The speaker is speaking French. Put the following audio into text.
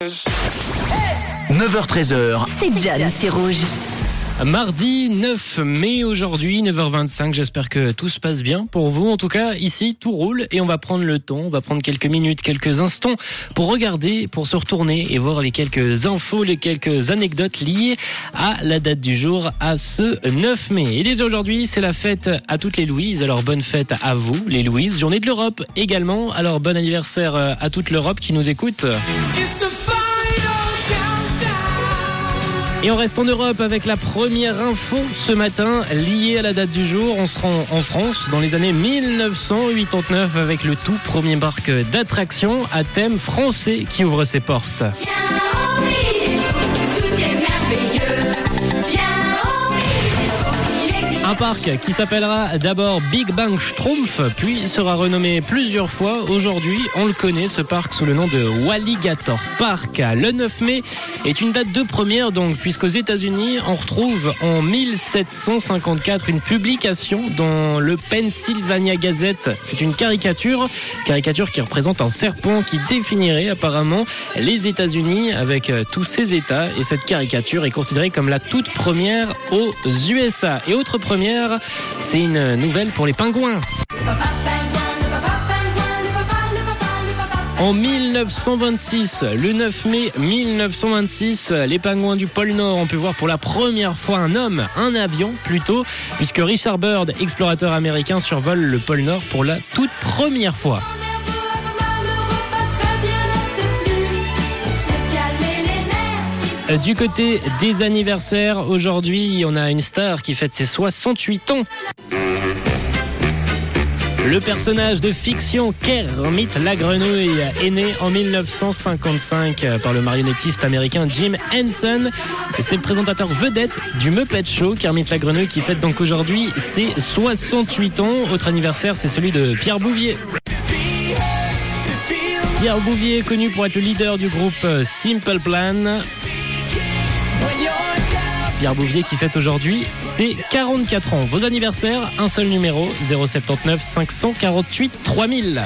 9h-13h. C'est John, c'est Rouge. Mardi 9 mai aujourd'hui, 9h25. J'espère que tout se passe bien pour vous. En tout cas, ici, tout roule et on va prendre le temps. On va prendre quelques minutes, quelques instants pour regarder, pour se retourner et voir les quelques infos, les quelques anecdotes liées à la date du jour, à ce 9 mai. Et déjà aujourd'hui, c'est la fête à toutes les Louises. Alors bonne fête à vous, les Louises. Journée de l'Europe également. Alors bon anniversaire à toute l'Europe qui nous écoute. Et on reste en Europe avec la première info ce matin liée à la date du jour. On se rend en France dans les années 1989 avec le tout premier parc d'attractions à thème français qui ouvre ses portes. Un parc qui s'appellera d'abord Big Bang Schtroumpf, puis sera renommé plusieurs fois. Aujourd'hui, on le connaît, ce parc, sous le nom de Walligator Park. Le 9 mai est une date de première, donc, puisqu'aux États-Unis, on retrouve en 1754 une publication dans le Pennsylvania Gazette. C'est une caricature qui représente un serpent qui définirait apparemment les États-Unis avec tous ces États. Et cette caricature est considérée comme la toute première aux USA. Et autre première, c'est une nouvelle pour les pingouins. En 1926, le 9 mai 1926, les pingouins du pôle Nord ont pu voir pour la première fois un avion plutôt, puisque Richard Byrd, explorateur américain, survole le pôle Nord pour la toute première fois. Du côté des anniversaires, aujourd'hui, on a une star qui fête ses 68 ans. Le personnage de fiction Kermit la Grenouille est né en 1955 par le marionnettiste américain Jim Henson. C'est le présentateur vedette du Muppet Show, Kermit la Grenouille, qui fête donc aujourd'hui ses 68 ans. Autre anniversaire, c'est celui de Pierre Bouvier. Pierre Bouvier est connu pour être le leader du groupe Simple Plan. Pierre Bouvier qui fête aujourd'hui ses 44 ans. Vos anniversaires, un seul numéro, 079 548 3000.